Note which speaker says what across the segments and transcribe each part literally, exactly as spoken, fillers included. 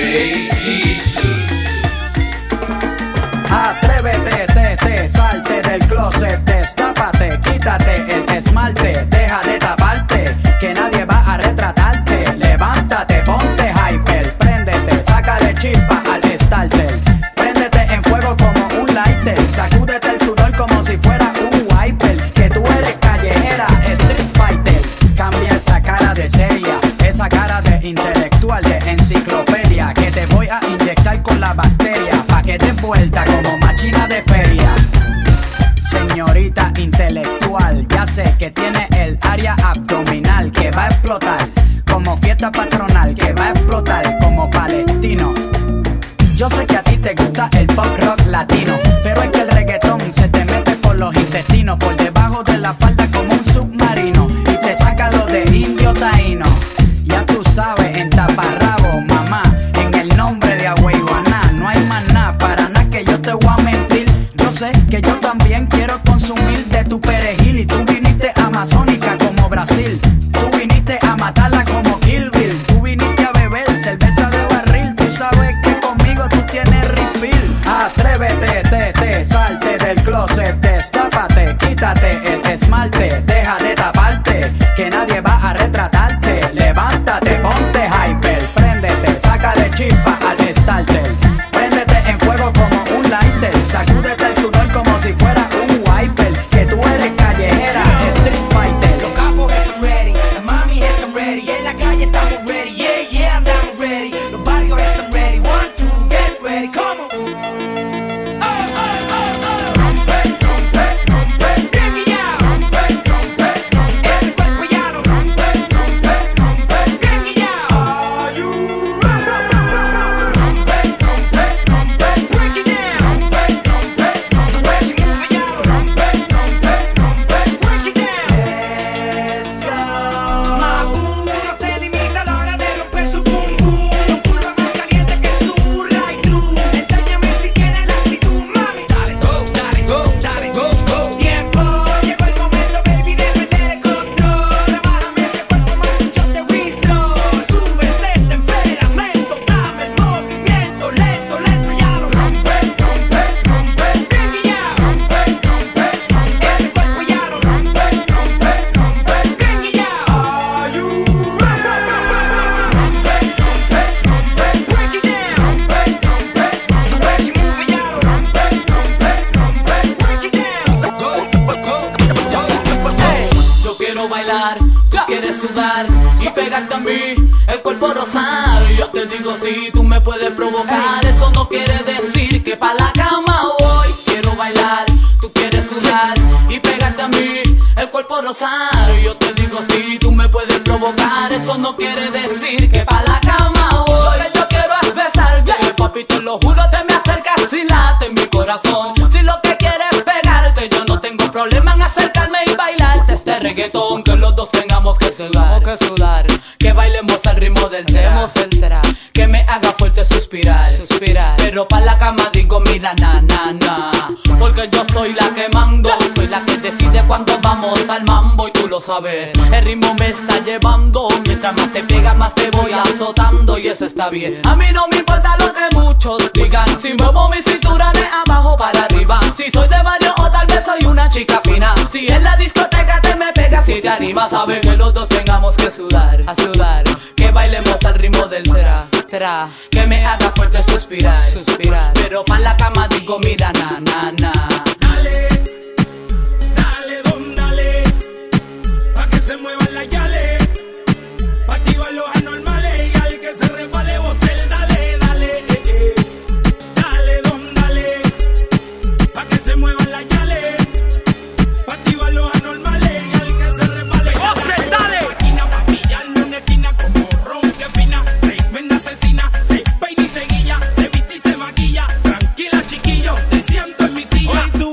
Speaker 1: Rey Jesús.
Speaker 2: Atrévete, te, te, salte del closet, destápate, quítate el esmalte, deja de taparte, que nadie va a retratarte. Levántate, ponte hyper, préndete, sácale chispa al starter. Préndete en fuego como un lighter, sacúdete el sudor como si fuera un wiper. Que tú eres callejera, street fighter. Cambia esa cara de seria, esa cara de intelectual, de enciclopedia, que te voy a inyectar con la bacteria, pa' que te vuelta como machina de feria. Señorita intelectual, ya sé que tiene el área abdominal que va a explotar como fiesta patronal, que va a explotar como palestino. Yo sé que a ti te gusta el pop rock latino, pero es que el reggaetón se te mete por los intestinos, por debajo de la falda como un submarino, y te saca lo de indio taíno. Ya tú sabes, en taparrabo, mamá, en el nombre de Agüeyuaná, no hay más nada, para nada que yo te voy a mentir. Yo sé que yo también quiero consumir de tu perejil, y tú viniste amazónica como Brasil, tú viniste a matarla como Kill Bill, tú viniste a beber cerveza de barril, tú sabes que conmigo tú tienes refill. Atrévete, te, te, salte del closet, destápate, quítate el esmalte, deja de taparte, que nadie va a retratarte. Levántate, ponte hyper, préndete, sácale chispa al starter. Préndete en fuego como un lighter, sacúdete el sudor como si fuera un wiper, que tú eres callejera, street fighter.
Speaker 3: Los capos están ready, las mami están ready, en la calle estamos ready, yeah, yeah, andamos ready. Los barrios están ready, one, two, get ready, come on.
Speaker 4: Tú quieres sudar y pegarte a mí, el cuerpo rosar. Yo te digo si tú me puedes provocar, eso no quiere decir que pa' la cama voy. Quiero bailar, tú quieres sudar y pegarte a mí, el cuerpo rosar. Yo te digo si tú me puedes provocar, eso no quiere decir que pa' la cama voy. Lo que yo quiero es besarte, papi, te lo juro, te me acercas y late en mi corazón. Si lo que quieres es pegarte, yo no tengo problema en acercarme y bailarte este reggaetón, que los dos tengamos que sudar, que sudar, que bailemos al ritmo del tema, que me haga fuerte suspirar, suspirar. Pero pa' la cama digo mira na na na, porque yo soy la que mando, soy la que decide cuando vamos al mambo y tú lo sabes. El ritmo me está llevando, mientras más te pega más te voy azotando y eso está bien. A mí no me importa lo que muchos digan, si muevo mi cintura de abajo para arriba, si soy de barrio o tal vez soy una chica fina. Si en la discoteca te me pegas y te animas, sabes que los dos tengamos que sudar, a sudar, que bailemos al ritmo del tra, tra, que me haga fuerte suspirar, suspirar. Pero pa' la cama digo mira na na na.
Speaker 5: Dale, dale, don, dale, pa' que se muevan las yales, pa' activar los anormales y al que se resbale bote el dale, dale, eh, eh. Dale, don, dale, pa' que se muevan las yales, pa' activar los anormales y al que se resbale bote el dale. Máquina pa' pillarme una esquina como ron que fina, tremenda asesina, se peina y se guilla, se viste y se maquilla. Tranquila, chiquillo, te siento en mi silla. Hoy tú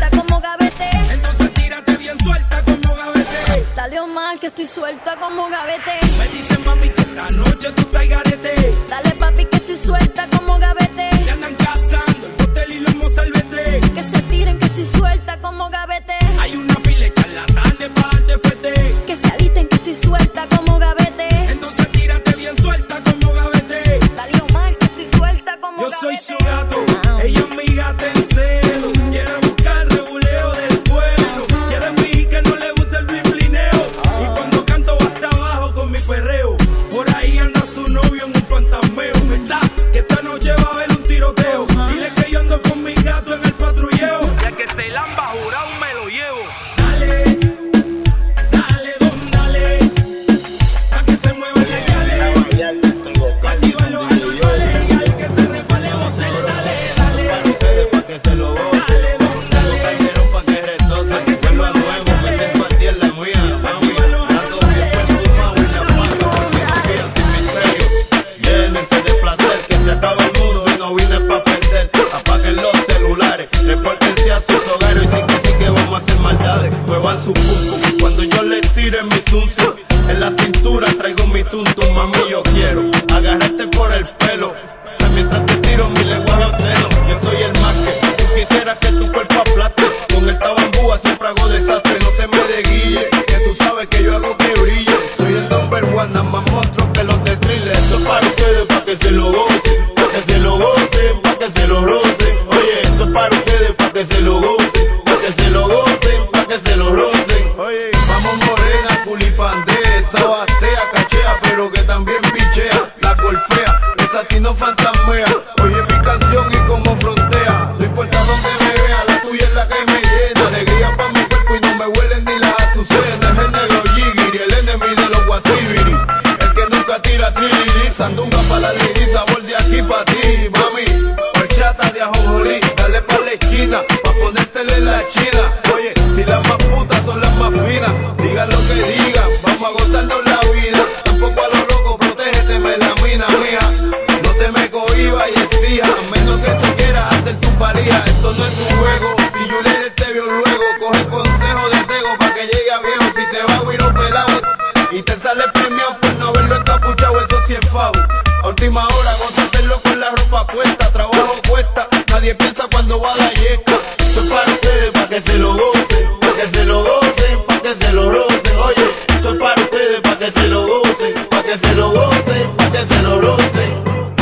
Speaker 6: suelta como gavete.
Speaker 5: Entonces tírate bien suelta como gavete.
Speaker 6: Dale Omar que estoy suelta como gavete.
Speaker 5: Me dicen mami que esta noche tú estás garete.
Speaker 6: Dale papi que estoy suelta como gavete.
Speaker 5: Se andan cazando el botel y los mozalbete.
Speaker 6: Que se tiren que estoy suelta como gavete.
Speaker 5: Hay una pila de charlatanes para darte fete.
Speaker 6: Que se alisten que estoy suelta como gavete.
Speaker 5: Entonces tírate bien suelta como gavete.
Speaker 6: Dale Omar que estoy suelta como
Speaker 5: Yo
Speaker 6: gavete.
Speaker 5: soy su gato, ella es mi gata en celo. Quiere buscar reguleo del pueblo. Quiere fingir que no le gusta el blimblineo. Y cuando canto va hasta abajo con mi perreo. Por ahí anda su novio en un fantasmeo. ¿Verdad? Que esta noche va a haber un tiroteo. Dile que yo ando con mi gato en el patrulleo. Ya que se lamba jurado me lo llevo. Dale, dale, don, dale. Pa' que se mueva la gale. Pa' activar los anormales. Y al que se resbale botel, dale, dale.
Speaker 7: Para ustedes, pa' que se lo gocen.
Speaker 5: Dale, don, dale.
Speaker 7: Los cayeron pa' que retocen.
Speaker 5: que se
Speaker 7: Vuelva
Speaker 5: mueva,
Speaker 7: nuevo,
Speaker 5: dale.
Speaker 7: meten pa' ti en la mía. Mami, ando bien perfumado y la paso porque confían sin misterio. Llénense de placer, que se acaba el mundo y no vine pa' perder. Apaguen los celulares, repórtense a sus hogares. Y sí que sí que vamos a hacer maldades. Muevan su pum pum cuando yo les tire mi tuntum. En la cintura traigo mi tuntum, mami, yo quiero agarrarte por el pelo. Mientras te tiro mi lenguaje obsceno. Yo soy el más que tú quisieras que tu cuerpo aplaste. Con esta bambúa siempre hago desastre. No te me desguille, que tú sabes que yo hago que brille. Soy el number one, nada más monstruo que los de thriller. Esto es para ustedes, pa' que se lo gocen. Pa' que se lo gocen, pa' que se lo rocen. Oye, esto es para ustedes, pa' que se lo gocen. Pa' que se lo gocen, pa' que se lo rocen. Oye, vamos morena, culipandea, esa batea, cachea, pero que también pichea. La golfea, esa sí no fantasmea. Oye mi canción y como frontea. No importa donde me vea, la tuya es la que me llena. Alegría pa' mi cuerpo y no me huelen ni las azucenas. Es el negro Yigiri, el enemigo de los guasibiri. El que nunca tira trilili. Sandunga pa' la liri, sabor de aquí pa' ti, mami. Horchata de ajonjolí, dale pa' la esquina, pa' ponértele en la china. Oye, si las más putas son las más finas, digan lo que digan, vamos a gozarnos la vida. Tampoco a los locos, protégete, me la mina mía. No te me cohibas y exija, a menos que tú quieras hacer tu valía. Esto no es un juego, si Juliet te vio luego, coge el consejo de Tego pa' que llegue a viejo. Si te va a huir pelado y te sale premiado por no haberlo encapuchado, eso sí es fau. A última hora, gózatelo con la ropa puesta, trabajo cuesta, nadie piensa cuando va a la yesca. Esto es para ustedes, pa' que se lo gocen, pa' que se lo gocen, pa' que se lo rocen. Oye, esto es para ustedes, pa' que se lo gocen, pa' que se lo gocen, pa' que se lo rocen.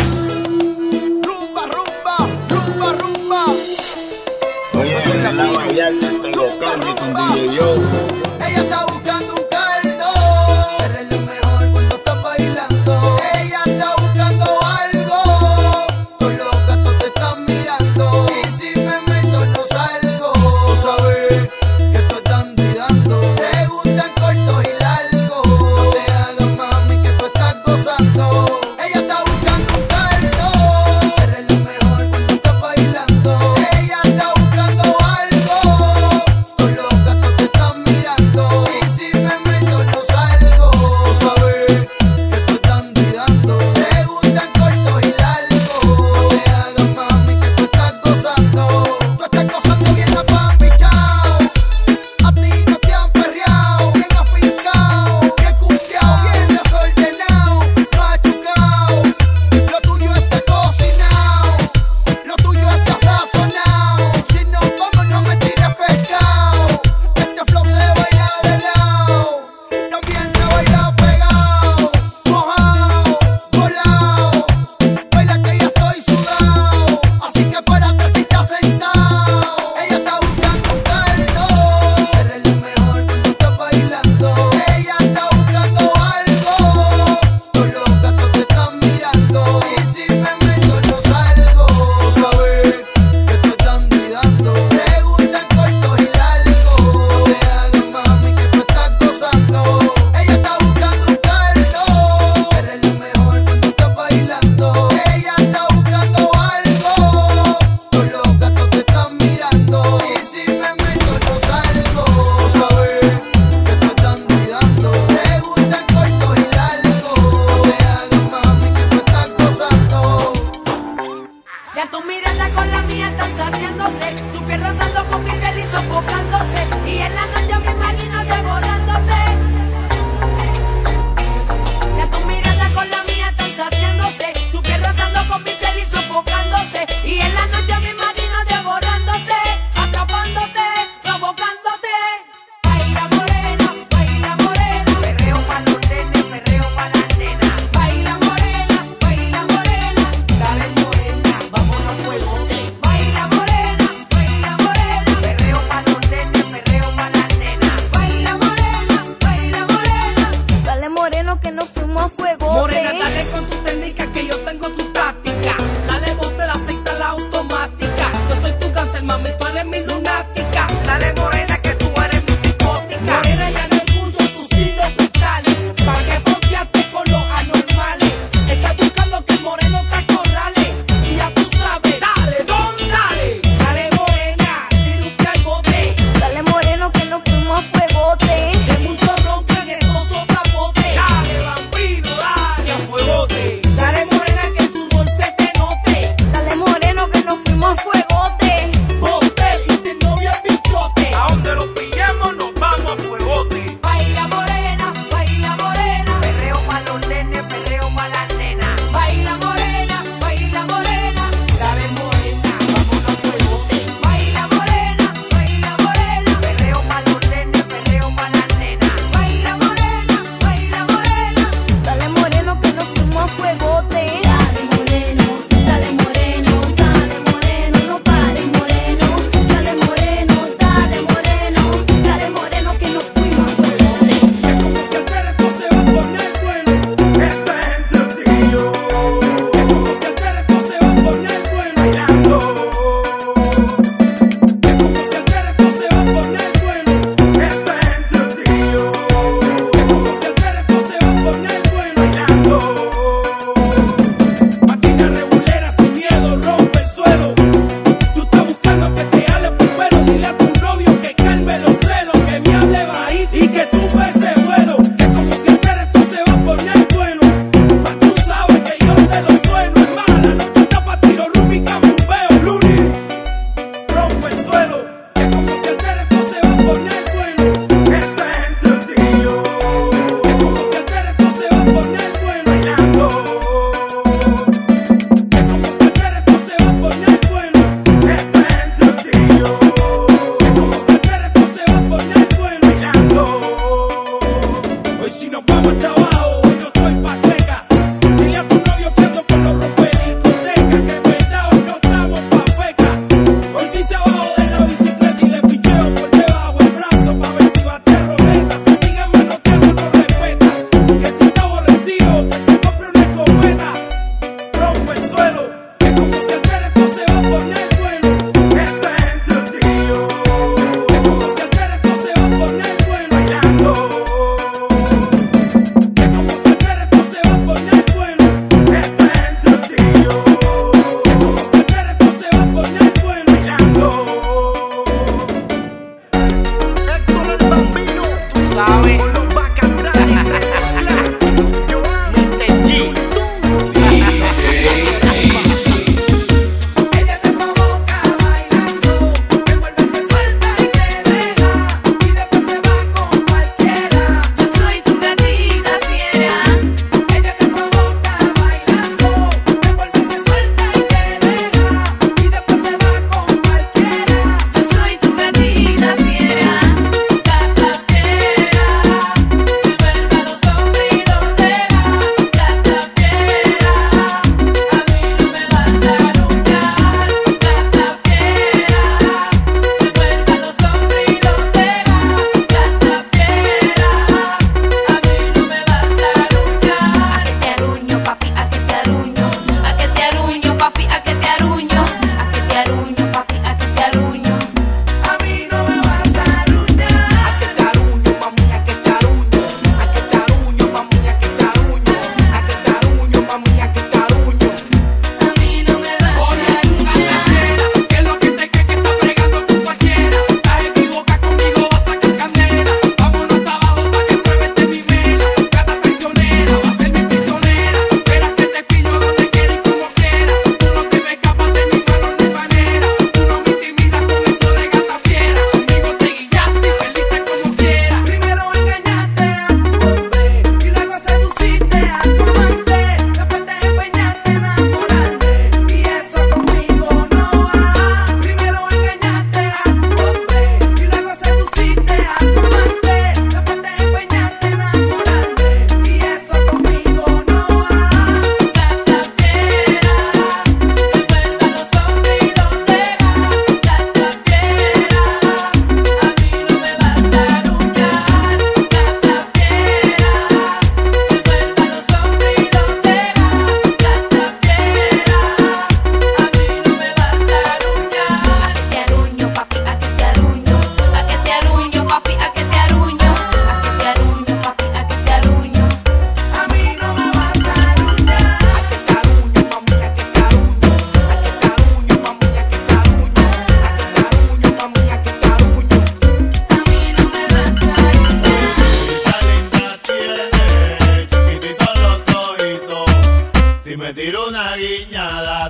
Speaker 3: Rumba, rumba, rumba, rumba.
Speaker 7: Oye, en la variante tengo carne con D J Yo.
Speaker 3: Ella está buscando un caldo. Eres lo mejor cuando estás bailando. Ella está buscando algo. Todos los gatos te están mirando. Y si me meto no salgo. Tú sabes que estoy dando y dando. Te gustan cortos y largos. No te hagas mami que tú estás gozando. Ella está buscando un caldo. Eres lo mejor cuando estás bailando. Ella está buscando algo. Todos los gatos te están mirando.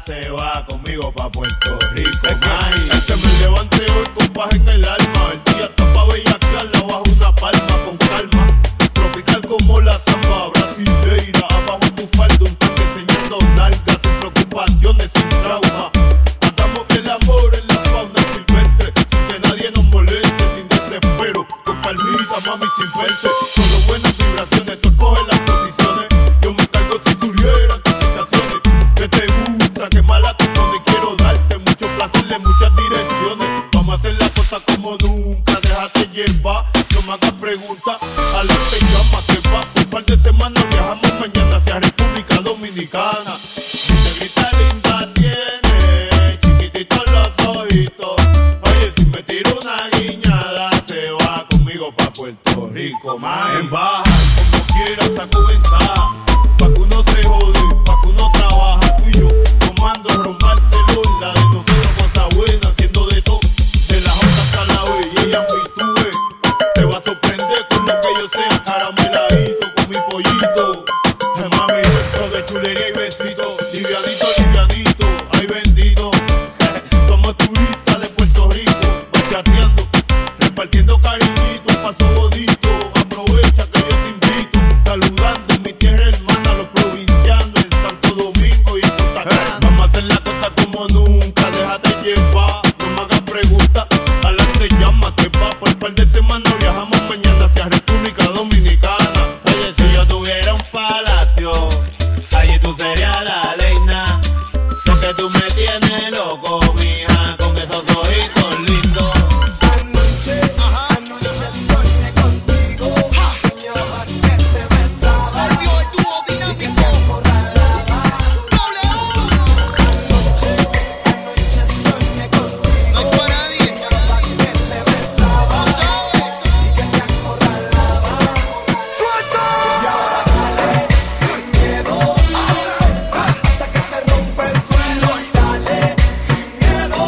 Speaker 7: se va conmigo pa' Puerto Rico. May. Es que me levanté hoy con paz en el alma. El día está pa' bellaquearla bajo una palma con calma. Tropical como la samba brasileira. Abajo un faldo, un tanque enseñando nalgas. Sin preocupaciones, sin trauma. Matamos el amor en la fauna silvestre. Sin que nadie nos moleste, sin desespero. Con calmita, mami, sin verse. Solo buenas vibraciones, tú escoges las posiciones. Yo me cargo si tuvieran complicaciones. Que te gusta, que mala te pone. Quiero darte mucho placer en muchas direcciones. Vamos a hacer las cosas como nunca. Déjate llevar, no me hagas preguntas. A la te llama, te va. Un par de semanas viajamos mañana hacia República Dominicana. Mi negrita linda tiene chiquititos los ojitos. Oye, si me tiro una guiñada, se va conmigo pa' Puerto Rico, man. En baja, como quiera, saco ventaja. Pa' que uno se jode, pa' que uno trabaja. Tú y yo, tomando, romper celular. De nosotros cosas buenas, haciendo de todo. De la J hasta la B, y ella me tuve. Te va a sorprender con lo que yo sea. Carameladito con mi pollito. Eh, mami, lo de chulería y besito. Livianito, livianito, ay bendito. Somos turistas de Puerto Rico, bachateando, repartiendo cariñito, un paso bonito. Aprovecha que yo te invito, saludando en mi tierra hermana, los provincianos en Santo Domingo y en Punta Cana. Vamos a hacer la cosa como nunca, déjate llevar, no me hagas preguntas. Adelante, llámate, pa, por un par de semanas viajamos mañana hacia República Dominicana. Oye, si yo tuviera un palacio, allí tú serías la reina. Lo que tú me tienes loco, mija, con esos ojitos lindos.
Speaker 3: Anoche, anoche soñé contigo. Soñaba que te besaba y que te acorralaba. Anoche, anoche soñé contigo. Soñaba que te besaba y que te acorralaba. Y ahora dale, sin miedo, hasta que se rompe el suelo. Y dale, sin miedo.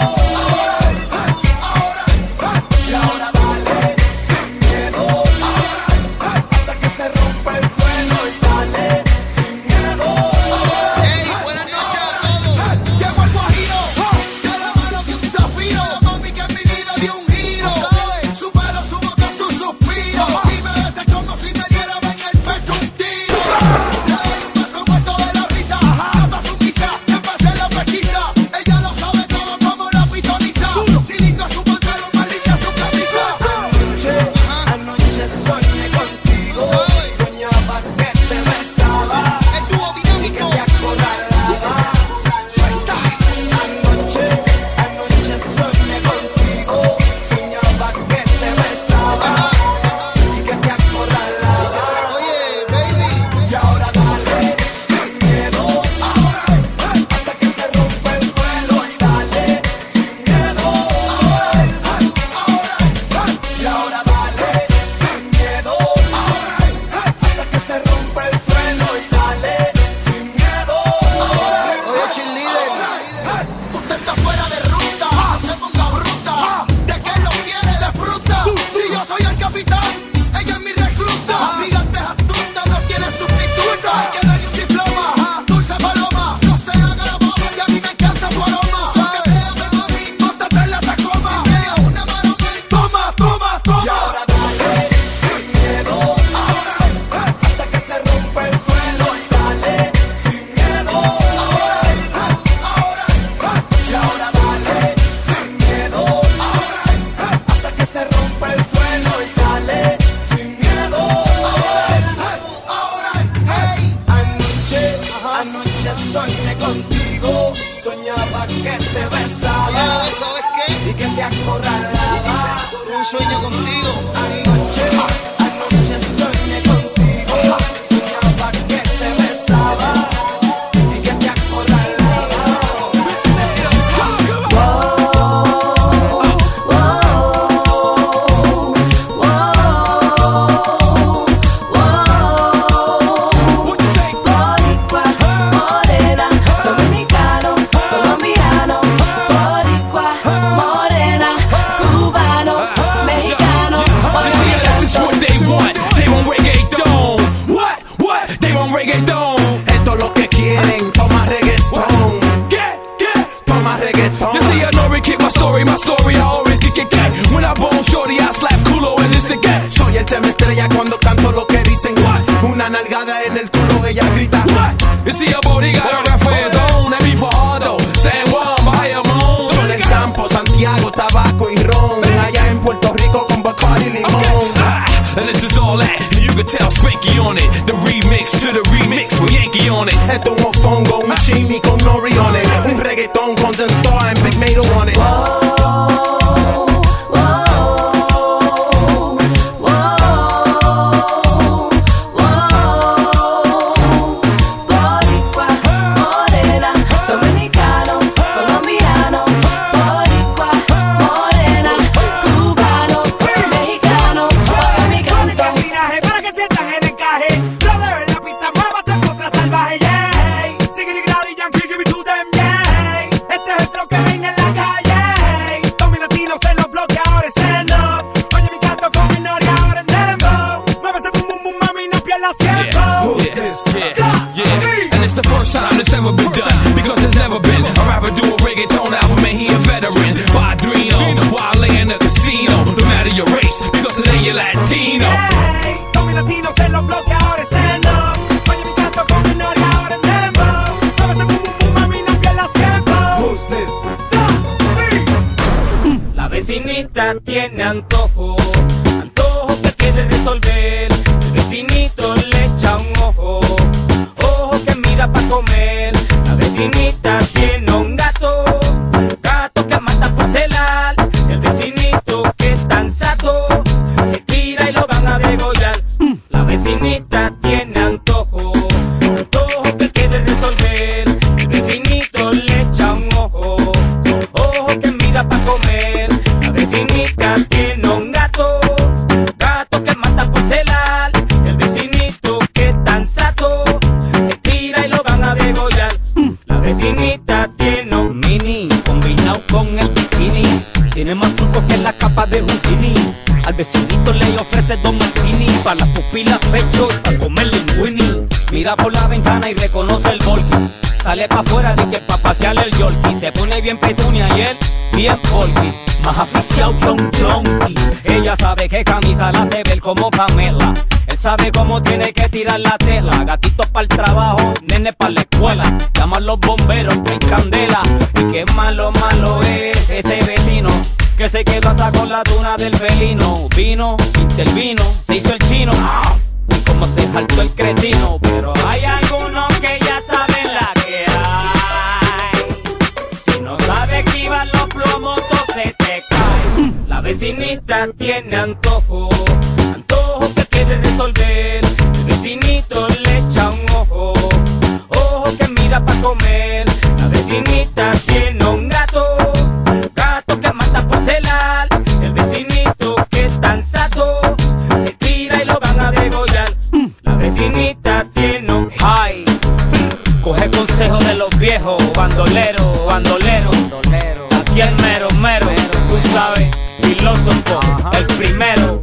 Speaker 3: Y ahora dale, sin miedo, hasta que se rompa el suelo. Y dale, sin miedo. Hey, buenas noches a todos. Llegó el guajiro, de la mano de un zafiro. La mami que en mi vida dio un giro. Su pelo, su boca, su suspiro. Si me besas como si me diera en el pecho un tiro. Le doy un beso muerto de la risa. Capa su misa, que pase la pesquisa. Ella lo sabe todo como la pitoniza. Si lindo su pantalón, más linda su camisa. Anoche, anoche soñé contigo. Soñaba que te besaba y que te acorralaba. Anoche, anoche soñé contigo. Soñaba que te besaba y que te acorralaba. Oye, baby. Y ahora dale, sin miedo, hasta que se rompa el suelo. Y dale, sin miedo. Y ahora dale, sin miedo, hasta que se rompa el suelo. Y dale, sin miedo. Oye, cheerleader, usted está fuera de ruta, no se ponga bruta. ¿De qué lo quiere de fruta? Si yo soy el capitán, ella es mi recluta. Mi gante es astuta, no tiene sustituta. Hay que darle un diploma, dulce paloma. No se haga la boba, que a mí me encanta tu aroma. Soqueteame, mami, móntate en la tacoma. Si me das una mano, me toma, toma, toma. Y ahora dale, sin miedo, hasta que se rompa el suelo. Y dale, sin miedo. Y ahora dale, sin miedo, hasta que se rompa el suelo. Y dale, sin miedo. Hey, anoche, anoche soñé contigo. Soñaba que te besaba y que te acorralaba. Un sueño contigo. Anoche, anoche soñé contigo. Soñaba que te besaba y que te acorralaba.
Speaker 4: Boricua, morena, dominicano, colombiano. Boricua, morena, cubano, mexicano.
Speaker 5: You see, this is what they want. They want reggaeton. What? What? They want reggaeton.
Speaker 3: Esto es lo que quieren, toma reggaetón.
Speaker 5: ¿Qué?
Speaker 8: music. Eh. Soy el tema estrella cuando canto lo que dicen. What? Una nalgada en el culo, ella grita. What? You see your body got a rap for his own. And me for Ardo, San Juan, Bayamón. Soy del campo, Santiago, tabaco y ron. Allá en Puerto Rico con Bacardi y limón. Okay. Ah, and this is all that. You can tell Spanky on it. The remix to the remix with Yankee on it. Esto es un mofongo, un chimi con nori on it. Un reggaeton con Zen Star and Big Mato on it.
Speaker 9: Tiene antojo, antojo que quiere resolver. El vecinito le echa un ojo, ojo que mira pa' comer. La vecinita tiene un gato, gato que mata por celar. El vecinito que es tan sato, se tira y lo van a degollar. La vecinita tiene antojo, antojo que quiere resolver. El vecinito le echa un ojo, ojo que mira pa' comer. La vecinita tiene un gato, gato que mata por celar. El vecinito que es tan sato, se tira y lo van a degollar. La vecinita tiene un mini, combinado con el bikini. Tiene más trucos que la capa de Houdini. Al vecinito le ofrece dos martini, pa' las pupilas pecho y pa' comer linguini. Mira por la ventana y reconoce el volky. Sale pa' afuera de que pa' pasearle el yorkie. Se pone bien petunia y él bien volky. Más aficiado que un junkie. Ella sabe que camisa la hace ver como Pamela. Él sabe cómo tiene que tirar la tela. Gatito pa'l trabajo, nene pa' la escuela. Llaman los bomberos que hay candela. Y qué malo, malo es ese vecino que se quedó hasta con la tuna del felino. Vino, intervino, se hizo el chino. Y como se saltó el cretino. Pero hay algunos que ya saben la que hay. Si no sabe esquivar los plomos, se te cae. La vecinita tiene antojo, antojo que quiere resolver. El vecinito le echa un ojo, ojo que mira pa' comer. La vecinita tiene un gato, gato que mata por celar. El vecinito que es tan sato, se tira y lo van a degollar. La vecinita tiene un high, coge consejo de los viejos. Bandolero, bandolero, aquí el mero, mero, tú sabes, filósofo, el primero.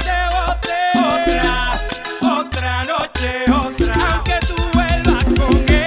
Speaker 5: Otra, otra noche, otra. Aunque tú vuelvas con él.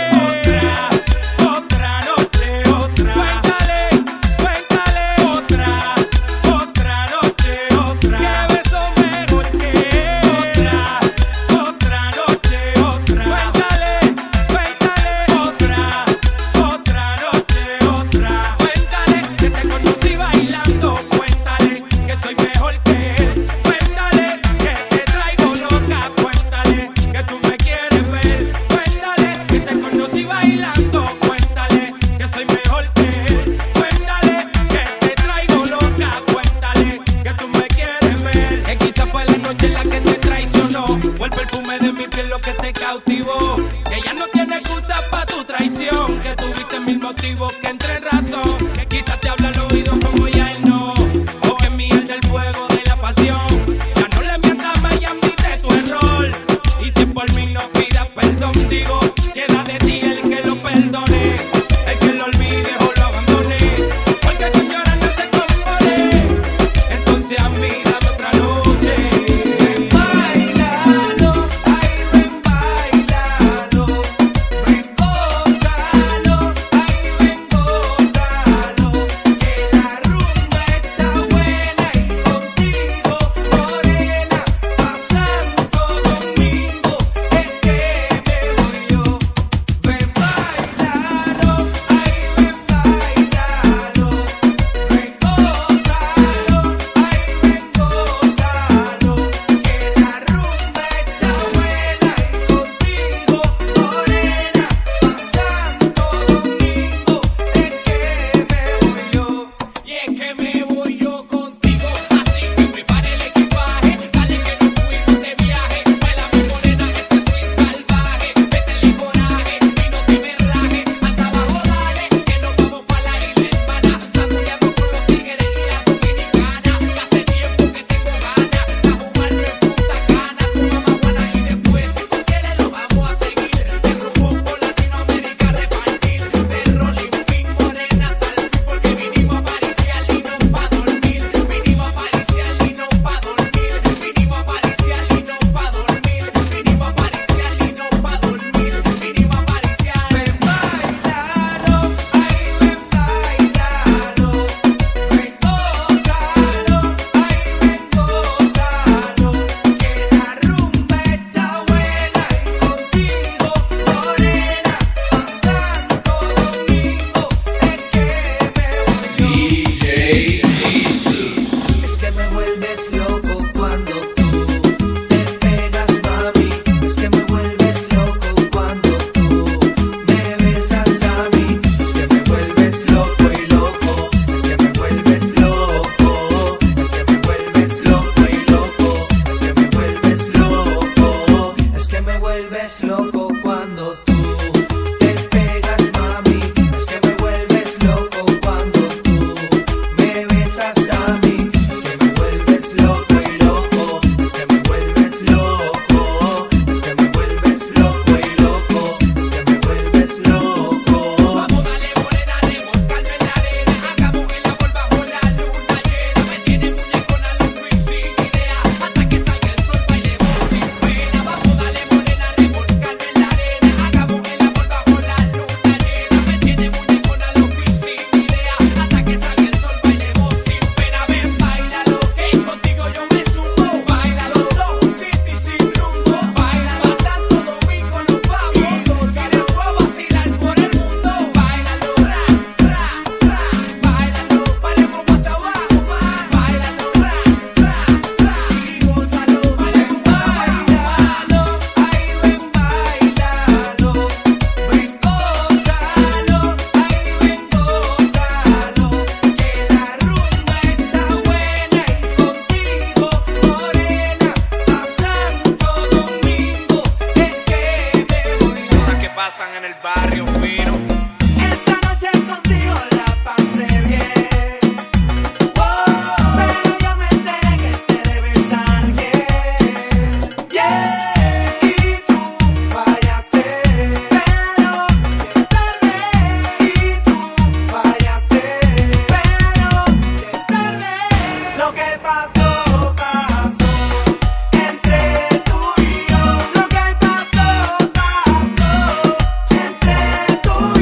Speaker 10: pasan en el barrio fino.
Speaker 5: Esta noche contigo la pasé bien. Oh, pero yo me enteré que te debes a alguien. Yeah, y tú fallaste, pero ya es tarde. Y tú fallaste, pero ya es tarde. Lo que pasó, pasó entre tú y yo. Lo que pasó, pasó entre tú y yo.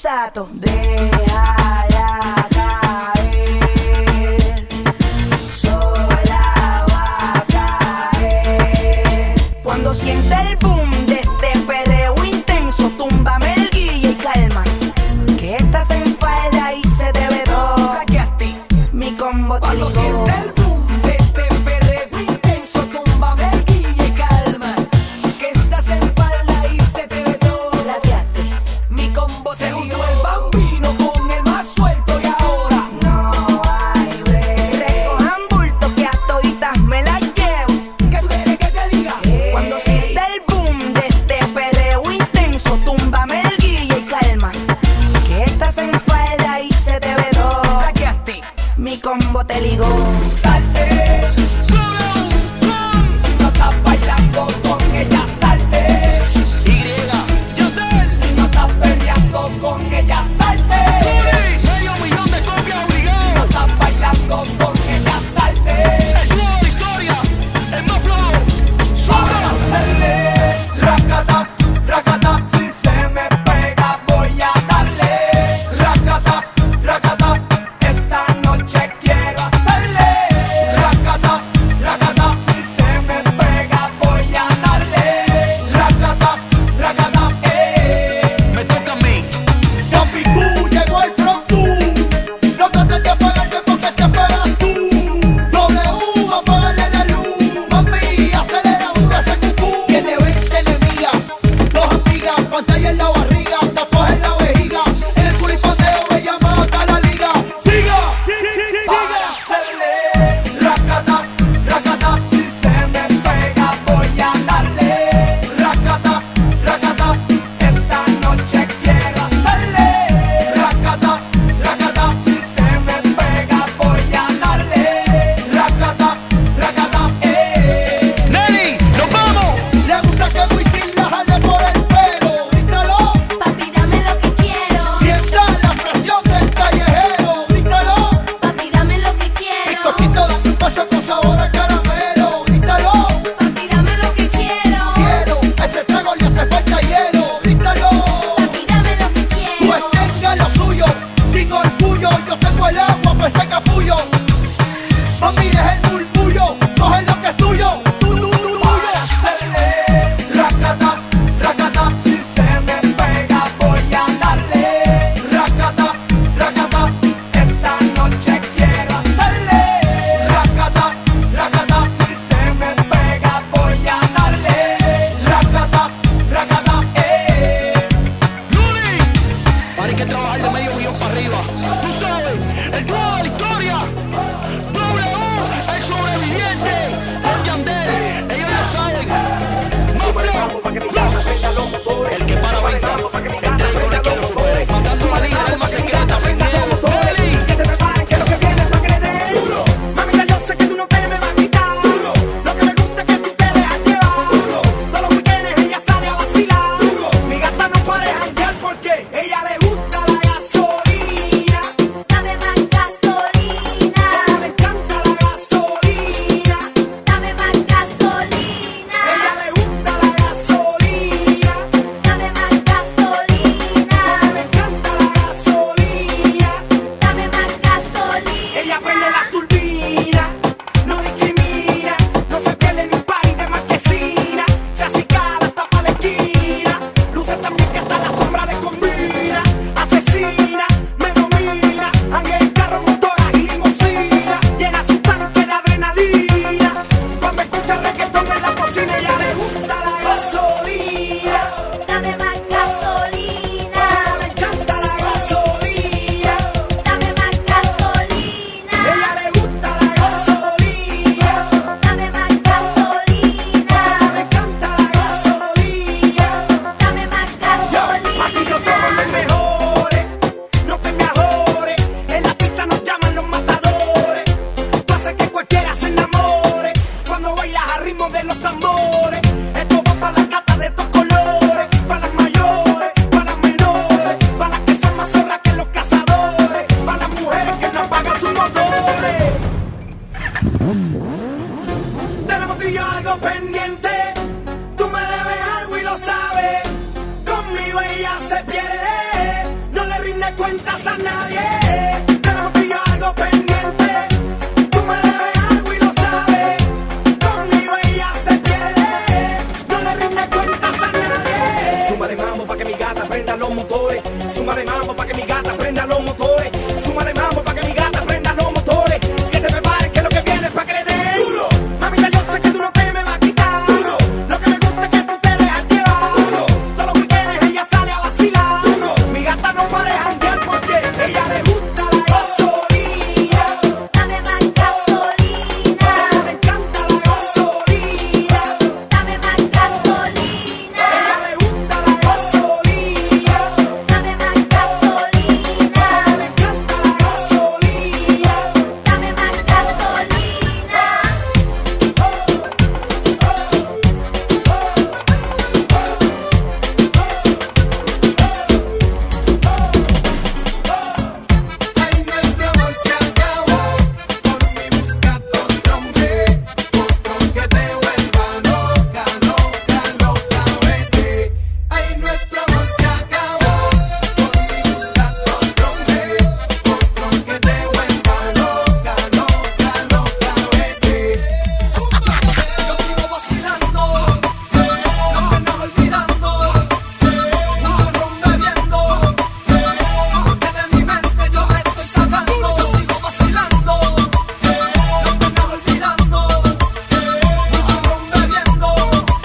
Speaker 11: insensato. Déjala caer, sola va a caer. Cuando siente el boom de este perreo intenso, túmbame el guille y calma, que estás en falda y se te ve todo. Mi combo te
Speaker 4: Cuando
Speaker 11: ligó.
Speaker 4: siente el boom de este perreo intenso, túmbame el guille y calma, que estás en falda y se te ve todo.
Speaker 11: Plateaste.
Speaker 4: Mi combo se ligó el bambino con el más suelto y ahora
Speaker 11: No hay break. Recojan bulto que a toditas me las llevo.
Speaker 4: ¿qué tú quieres que te diga?
Speaker 11: Cuando siente el boom de este perreo intenso, túmbame el guille y calma, que estás en falda y se te ve todo.
Speaker 4: Flaqueaste.
Speaker 11: Mi combo te ligó.
Speaker 3: Salte, si no estás bailando con ella, salte. Si no estás peleando con ella, salte.
Speaker 8: Medio millón de copias obligadas.
Speaker 3: Si no estás bailando con ella, salte.
Speaker 8: El dúo de Victoria, el más flojo.
Speaker 3: Voy a hacerle racata, racata. Si se me pega voy a darle racata, racata. Esta noche quiero hacerle racata, racata. Si se me pega voy a darle racata, racata. Eh.
Speaker 8: Me toca a mí.
Speaker 3: Papi, tú llegó el front tú. No trates de apagarte porque te apagas tú. W, apágale la luz. Mami, acelera dura ese cucú. Tiene veinte enemigas, dos amigas, pantalla en la barriga, tapas en la vejiga. En el culipandeo me llama hasta la liga. ¡Siga! Voy a hacerle racata, racata. Si se me pega voy a darle racata, racata. Esta noche quiero hacerle racata, racata. Si se me pega voy a darle racata, racata. Eh.
Speaker 8: Nelly, nos vamos.
Speaker 3: Le gusta que Wisin la jale por el pelo. Dígalo,
Speaker 6: Papi, dame lo que quiero.
Speaker 3: sienta la presión del callejero. Dígalo,
Speaker 6: Papi, dame lo que quiero.
Speaker 3: bizcochito de pasa con sabor a caramelo. Dígalo,
Speaker 6: Papi, dame lo que quiero.
Speaker 3: cielo, a ese trago le hace falta hielo. Dígalo,
Speaker 6: Papi, dame lo que quiero.
Speaker 3: pues tenga lo suyo, sin orgullo. Yo tengo el agua, pues ese capullo. Mami, deja el murmullo, coge lo que es tuyo. Tu, tu, tu, tuyo. Hacerle racata, racata. Si se me pega voy a darle racata, racata. Esta noche quiero hacerle racata, racata. Si se me pega voy a darle racata, racata. Eh.
Speaker 8: Luli, ahora hay que trabajar de medio millón para arriba. Tú sabes, el dúo de la historia. W, el sobreviviente. Con Yandel, ellos lo saben. Más flow, los. El que para venta, entre con el que lo supere. Mandando una liga, alma secreta, sin miedo. Nelly.
Speaker 5: Que te preparen que lo que viene es pa' que le den duro. Mamita, yo sé que tú no te me vas a quitar duro. Lo que me gusta es que tú te dejas llevar duro. Todos los weekends ella sale a vacilar duro. Mi gata no puede janguear porque ella le gusta la gasolina.
Speaker 6: Dame más gasolina.
Speaker 5: Como le encanta la gasolina.
Speaker 6: Dame más gasolina.
Speaker 5: Ella le gusta la gasolina.
Speaker 6: Dame más gasolina.
Speaker 5: Como le encanta la gasolina.
Speaker 6: Dame más gasolina.
Speaker 5: Ella prende la turbina, no discrimina, no se pierde ni un party de marquesina. Se acicala hasta pa' la esquina, luce también que hasta la sombra le combina. Asesina, me domina, anda en carro, motora y limusina. Llena su tanque de adrenalina, cuando escucha reggaetón en la cocina. Ella le gusta la gasolina,
Speaker 6: Dame más gasolina.
Speaker 5: como le encanta la gasolina.
Speaker 6: Dame más gasolina.
Speaker 5: Ella le gusta la gasolina.
Speaker 6: Dame más gasolina.
Speaker 5: Me encanta la gasolina.
Speaker 6: Dame más gasolina.
Speaker 5: Aquí yo somos los mejores, no te me ajores. En la pista nos llaman los matadores. Tú haces que cualquiera se enamore cuando bailas al ritmo de los tambores. Esto va para las gatas de estos colores, para las mayores, para las menores, para las que son más zorras que los cazadores, para las mujeres que no apagan sus motores. Tenemos tú y yo algo pendiente. Tú me debes algo y lo sabes. Conmigo ella se pierde. No le rindes cuentas a nadie. Tenemos tú y yo algo pendiente. Tú me debes algo y lo sabes. Conmigo ella se pierde. No le rindes cuentas a nadie. Suma de mambo pa' que mi gata prenda los motores. Suma de mambo pa' que mi gata prenda los motores. Suma de mambo pa' que mi gata prenda los motores. Que se prepare que lo que viene es pa' que le dé duro. Mamita, yo sé que tú no te me vas a quitar duro. Lo que me gusta es que tú te dejas llevar duro. Todos los weekends ella sale a vacilar duro. Mi gata no para de janguear porque ella le gusta la gasolina.
Speaker 6: Dame más gasolina.
Speaker 5: Le encanta la gasolina.
Speaker 6: Dame más gasolina.
Speaker 5: Ella le gusta la gasolina.
Speaker 6: Dame más gasolina.
Speaker 5: Le encanta la gasolina.
Speaker 6: Dame más gasolina.
Speaker 3: Ay, nuestro amor se acabó. Por mí busca otro hombre. Otro que te vuelva loca, loca, loca, vete. Ay, nuestro amor se acabó. Por mí busca otro hombre. Otro que te vuelva loca, loca, loca, vete. Yo sigo vacilando. No me ando olvidando. No ron bebiendo. Que de mi mente yo te estoy sacando. Yo sigo vacilando. No me ando olvidando. No ron bebiendo.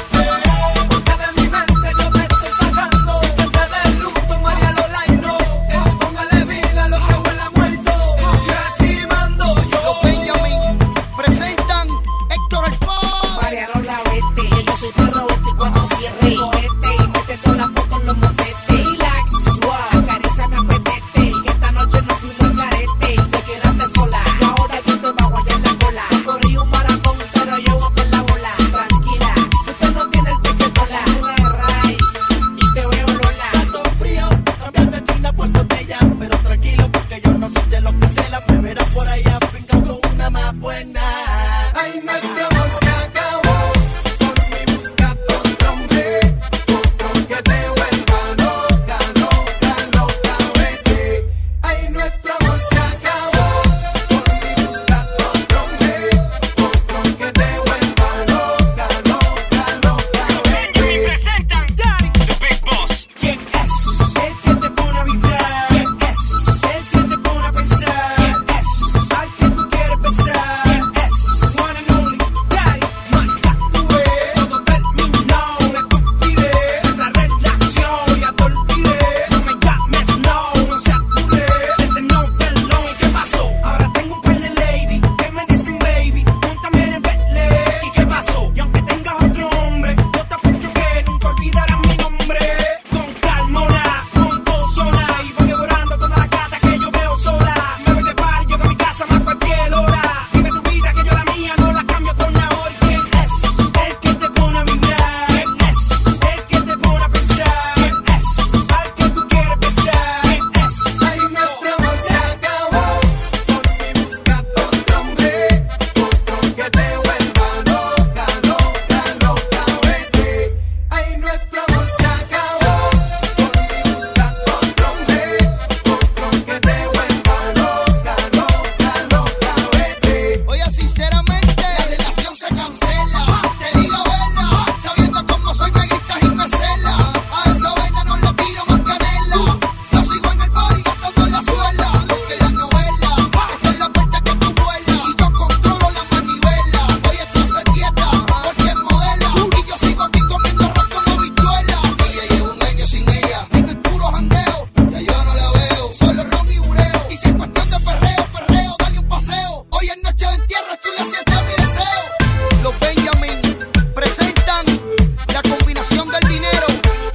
Speaker 3: Que de mi mente yo te estoy sacando. Que te dé luto, María Lola y no. Póngale vida a lo que huele a muerto. Que aquí mando yo. Los Benjamin presentan Héctor el Fon.
Speaker 11: Mariano la vete, yo soy perro vete cuando cierre este y mete todas las fotos en los motetes. Relax, suave, acaríciame, apetete, que esta noche nos fuimos al garete y te quedaste sola. Y ahora yo te bajo allá en la cola. Yo corrí un maratón, pero yo voy por la bola. Tranquila, usted no tiene el pecho cola. Una de ray y te veo Lola.
Speaker 3: Tanto frío, cambiaste China por botella. Pero tranquilo, porque yo no soy de los que se la me verás por allá, finca con una más buena. Ay, nuestro amor se acabó. Por mí busca otro hombre. Otro que te vuelva loca, loca, loca, vete. Ay, nuestro amor se acabó. Por mí busca otro hombre. Otro que te vuelva loca, loca, loca, vete.
Speaker 5: presentan Daddy, the Big Boss. ¿Quién es el que te pone a vibrar? ¿Quién es el que te pone a pensar? ¿Quién es al que tú quieres besar? ¿Quién es one and only Daddy? Manda tu vez, todo terminó, una estupidez. Nuestra relación ya te olvidé. No me llames, no, no se apure. Desde no perdón, ¿qué pasó? Ahora tengo un par de lady que me dicen baby, montame en el Bentley. ¿Y qué pasó? Y aunque tengas otro hombre, yo te apuesto que nunca olvidarás mi nombre. Con calmona, con dosona, y voy devorando todas las gatas que yo veo sola. Me voy de par, llego a mi casa más cualquier hora. Vive tu vida que yo la mía no la cambio por nada. ¿Quién es el que te pone a vibrar? ¿Quién es el que te pone a pensar? ¿Quién es al que tú quieres besar? ¿Quién es?
Speaker 3: Ay, nuestro amor se acabó. Por mí busca otro hombre. Otro que te vuelva loca, loca, loca, vete. Ay, nuestro amor se acabó. Por mí busca otro hombre. Otro que te vuelva loca, loca, loca, vete. Oye, sinceramente, la relación se cancela. Te digo verla, sabiendo cómo soy, me gritas y me cela. A esa vaina no le tiro más canela. Yo sigo en el party gastando la suela. Lo que la novela, esta es la puerta que tú vuelas. Y yo controlo la manivela. Oye, tú haces dieta, porque es modela. Y yo sigo aquí comiendo arroz con habichuela. Ella lleva un año sin ella, en el puro jangueo. Ya yo no la veo, solo ron y bureo. Y si es cuestión de perreo, perreo, dale un paseo. Hoy es noche de entierro, chula, siente mi deseo. Los Benjamin presentan la combinación del dinero.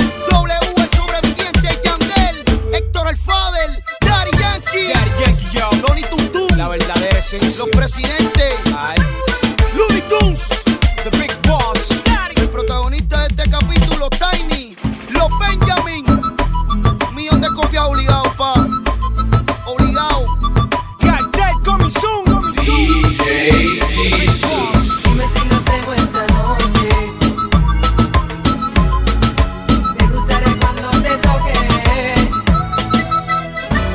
Speaker 3: W el sobreviviente, Yandel, Héctor el Fadel, Daddy Yankee,
Speaker 5: Daddy Yankee, yo.
Speaker 3: Lonnie Tuntun,
Speaker 5: La verdadera esencia.
Speaker 3: los presidentes,
Speaker 5: Ay,
Speaker 3: Looney Tunes,
Speaker 5: the Big Boss. Daddy.
Speaker 3: el protagonista de este capítulo, Tiny, los Benjamin, millón de copias obligado, pa, obligado.
Speaker 5: Cartel coming soon, coming soon.
Speaker 1: D J Jesus.
Speaker 11: Dime si no hacemos esta noche. Te gustará cuando te toque.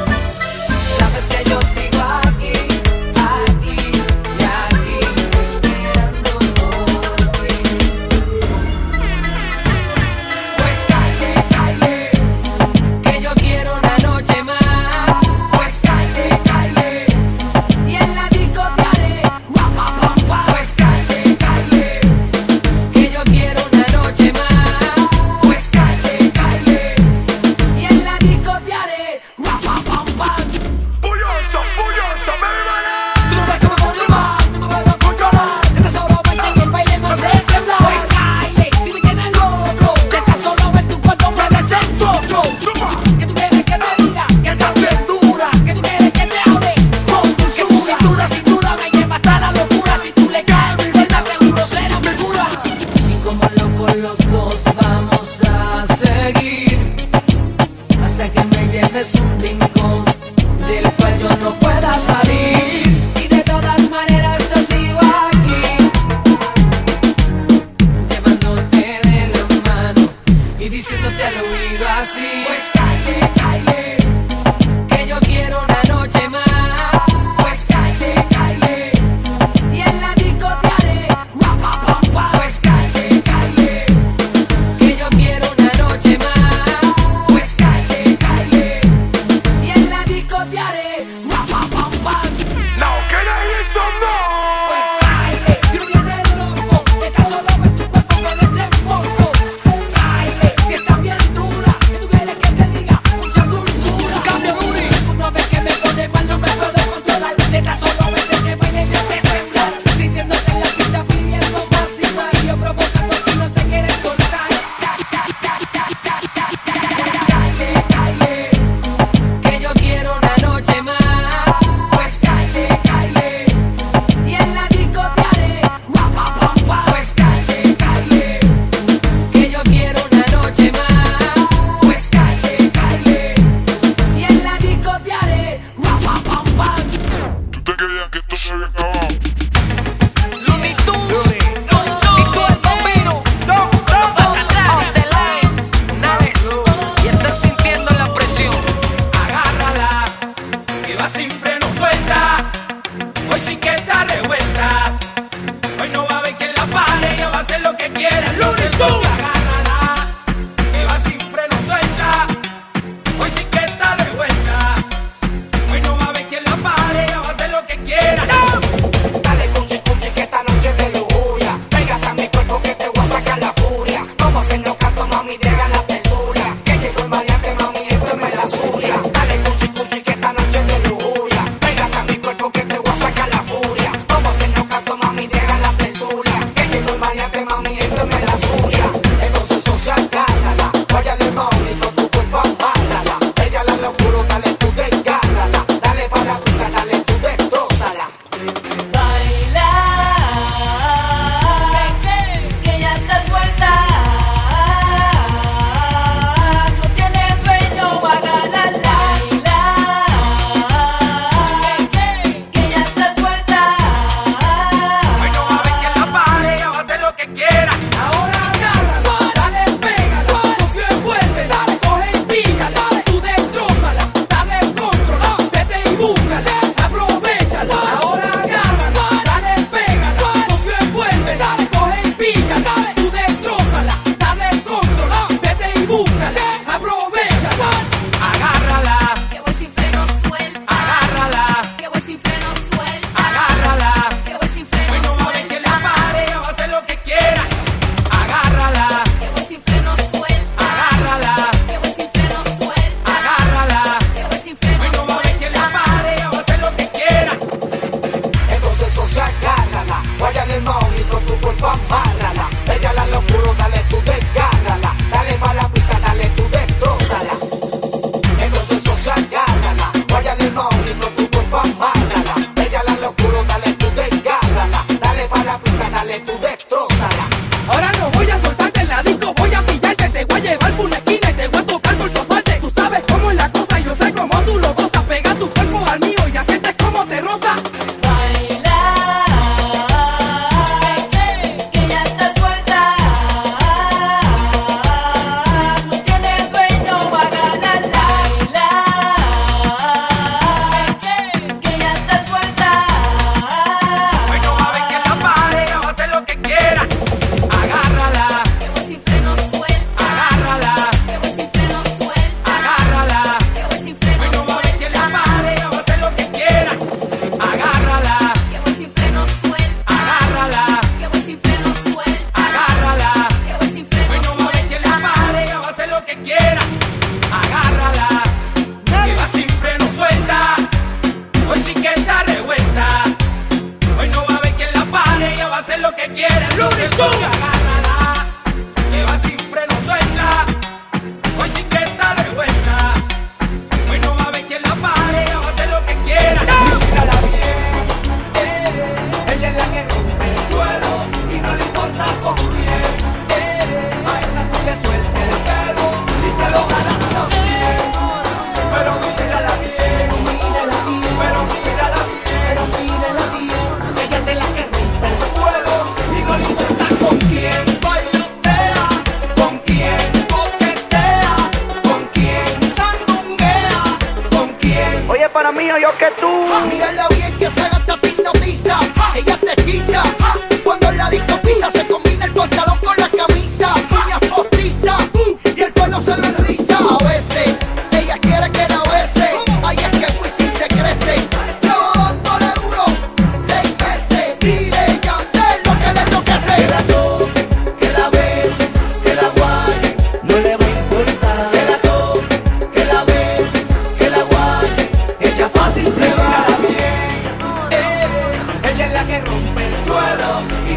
Speaker 11: pam.
Speaker 8: Now can I hear some noise?
Speaker 11: Baile, si vienes loco, que tan solo ves tu cuerpo me desenfoco. Baile, si estás bien dura, que tú quieres que te diga mucha dulzura. Cambio booty, una vez que me pone mal no me puedo controlar. De tan solo verte que baile y me hace temblar. Sintiéndote en la pista pidiendo más y más. Y yo provocando que no te quieres soltar. Ta, ta, ta, ta, ta, ta, ta, ta. Baile, baile, que yo quiero una noche más. Pues baile, baile, y en la disco te haré guapa, pam, pam. Pues baile, baile, que yo quiero una noche más. Pues baile, baile, y en la disco te haré guapa, pam, pam.
Speaker 8: ¿Tú te creías que esto se había acabado?
Speaker 11: Looney Tunes y tú el bambino off the line, Nales, y están sintiendo la presión.
Speaker 9: Agárrala, que va sin freno suelta. Hoy sí que está revuelta. Hoy no va a ver quién la pare, ella va a hacer lo que quiera. Looney Tunes. Agárrala, que va sin freno suelta. Hoy sí que está revuelta. Hoy no va a ver quién la pare, ella va a hacer lo que quiera.
Speaker 3: Dale cuchi cuchi que esta noche es de lujuria. Pégate a mi cuerpo que te voy a sacar la furia. Vamos a hacernos canto, mami, deja la ternura. Que llegó el maleante, mami, esto es melasuria. Dale cuchi cuchi que esta noche es de lujuria. Pégate a mi cuerpo que te voy a sacar la furia. Vamos a hacernos canto, mami, deja la ternura. Que llegó el maleante, mami, esto es melasuria. Entonces social, gánala. Váyale, mami, con tu cuerpo amárrala. Pégala al oscuro, dale tú desgárrala. Dale para la punta, dale tú destrózala.
Speaker 6: Baila, que ya está suelta. No tienes dueño, va a ganarla. Baila, que ya está suelta.
Speaker 9: Hoy no va a ver quién la pare, ella va a hacer lo que quiera.
Speaker 3: Ahora agárrala, dale, pégala, socio envuelve, dale, coge y pícala, dale, tú destrózala, dale control, vete y búscala, aprovechala. Ahora agárrala, dale, pégala, socio envuelve, dale, coge y pícala, dale, tú destrózala, dale control, vete y búscala, aprovechala.
Speaker 9: Agárrala,
Speaker 6: Que voy sin freno suelta.
Speaker 9: agárrala,
Speaker 6: Que voy sin freno suelta.
Speaker 9: agárrala.
Speaker 6: Que voy sin freno
Speaker 9: Hoy no va a ver quién la pare, ella va a hacer lo que quiera. Agárrala,
Speaker 6: Que voy sin freno suelta.
Speaker 9: agárrala,
Speaker 6: Que voy sin freno suelta.
Speaker 9: agárrala.
Speaker 6: Que voy sin freno
Speaker 9: Hoy no va a ver quién la pare, ella va a hacer lo que quiera.
Speaker 3: Entonces socia, agárrala, váyale el mami, con tu cuerpo amárrala. Pégala al oscuro, dale tú desgárrala. Dale pa' la pista, dale tú destrózala. Entonces socia, agárrala, váyale el mami, con tu cuerpo amárrala. Pégala al oscuro, dale tú desgárrala. Dale pa' la pista, dale tú destrózala. Ahora no voy a soltarte en la disco, voy a pillarte, te voy a llevar por una esquina y te voy a tocar por tu parte. Tú sabes cómo es la cosa, yo sé cómo tú lo gozas. Pega tu cuerpo al mío y ya sientes cómo te roza.
Speaker 6: Baila, que ya está suelta. No tienes dueño, va a ganarla. Baila, que ya está suelta.
Speaker 9: Hoy no va a ver quién la pare, ella va a hacer lo que quiera. Agárrala,
Speaker 6: Que voy sin freno suelta.
Speaker 9: agárrala,
Speaker 6: Que voy sin freno suelta.
Speaker 9: agárrala.
Speaker 6: Que voy sin freno
Speaker 9: Hoy no va a ver quién la pare, ella va a hacer lo que quiera. Agárrala,
Speaker 6: Que voy sin freno suelta.
Speaker 9: agárrala,
Speaker 6: Que voy sin freno suelta.
Speaker 9: agárrala.
Speaker 6: Que voy sin freno
Speaker 9: Hoy no va a ver quién la pare, ella va a hacer lo que quiera. Agárrala, que va sin freno suelta. Hoy sí que está revuelta. Hoy no va a ver quién la pare, ella va a hacer lo que quiera. Looney Tunes. Agárrala, que va sin freno suelta. Hoy sí que está revuelta. Hoy no va a ver quién la pare, ella va a hacer lo que quiera.
Speaker 3: Mírala bien, eh, ella es la que rompe el suelo y no le importa con quién. Eh, a esa tú le suelta el pelo y se lo jalas también. Pero mírala bien, mírala bien, pero mírala bien, pero mírala bien. Ella es de la que rompe el suelo y no le importa con quién. Bailotea, con quién coquetea, con quién sandunguea, con quién.
Speaker 2: Oye, para mí, yo que tú.
Speaker 3: Mírala bien que esa gata te hipnotiza. Ella te hechiza. Cuando la disco pisa se combina el pantalón con la camisa. Uñas postizas y el pelo se lo enriza. A veces ella quiere que la bese. Ahí es que el Wisin se crece. Yo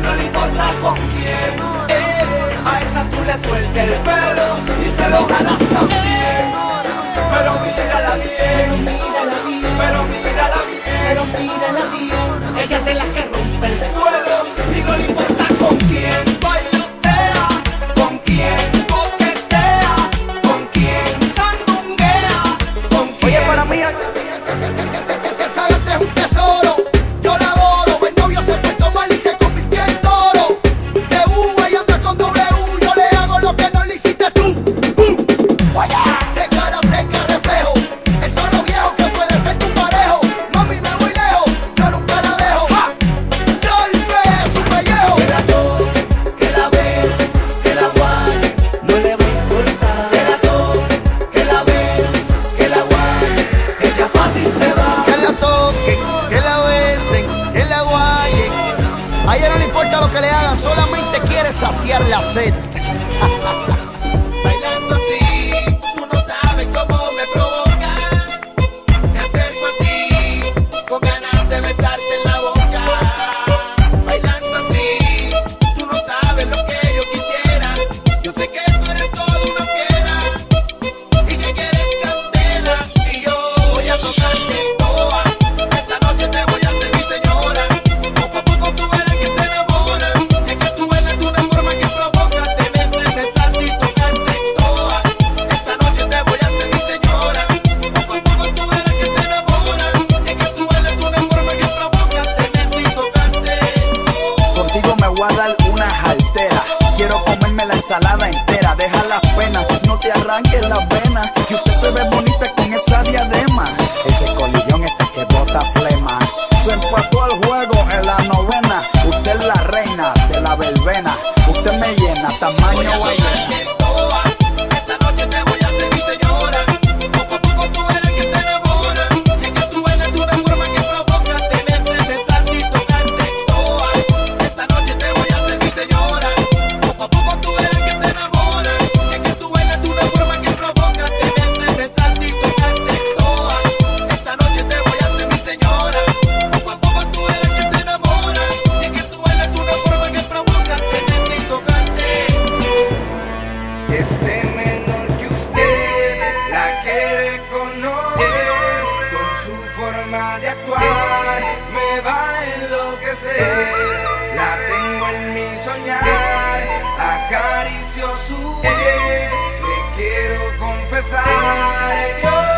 Speaker 3: no le importa con quién. Eh, a esa tú le sueltas el pelo y se lo jalas también. Pero mírala bien,
Speaker 9: Mírala bien,
Speaker 3: pero mírala bien,
Speaker 9: pero mírala bien.
Speaker 3: ella es de las que rompe el suelo y no le importa con quién bailotea, con quién coquetea, con quién sandunguea, con quién.
Speaker 2: Oye, para mí
Speaker 3: Esa gata es un tesoro, yo la adoro. El novio se portó mal y se convirtió en toro. Se uva y anda con doble U, yo le hago lo que no le hiciste tú. Uh. De karateca reflejo, el zorro viejo que puede ser tu parejo. Mami, me voy lejos, yo nunca la dejo. ¡Ja! Salve su pellejo. Que la toque, que la bese, que la guane, no le va a importar. Que la toque, que la bese, que la guane, ella fácil se va. Que la toquen, que la besen, que la guayen. A ella no le importa lo que le hagan, solamente quiere saciar la sed. Bailando así, tú no sabes cómo me provoca. Me acerco a ti, con ganas de besarte en la boca. Bailando así, tú no sabes lo que yo quisiera. Yo sé que tú eres todo una fiera y que quieres candela. Y yo voy a tocarte toa. Esta noche te voy a hacer mi señora. Poco a poco tú verás que te enamoras. Y es que tú bailas de una forma que provoca tenerte, besarte y tocarte toa. Esta noche te voy a hacer mi señora. Poco a poco tú verás que te enamoras. Y es que tú bailas de una forma que provoca tenerte y tocarte toa.
Speaker 2: contigo me voy a dar una jaltera. Quiero comerme la ensalada entera. Deja las penas, no te arranques las venas. Que usted se ve bonita con esa diadema. Ese colillón este que bota flema. Se empató al juego en la novena. Usted es la reina de la verbena. Usted me llena, tamaño ballena.
Speaker 3: Esta noche te voy a hacer mi señora. Poco a poco tú verás que te enamoras. Y es que tú bailas de una forma que provoca tenerte, besarte y tocarte toa. Esta noche te voy a hacer mi señora. Poco a poco tú verás que te enamoras. Y es que tú bailas de una forma que provoca tenerte, besarte y tocarte toa. Esta noche te voy a hacer mi señora. Poco a poco tú verás que te enamoras. Y es que tú bailas de una forma que provoca tenerte y tocarte.
Speaker 9: Este menor que usted la quiere conocer, con su forma de actuar me va a enloquecer. La tengo en mi soñar, acaricio su piel, le quiero confesar. Yo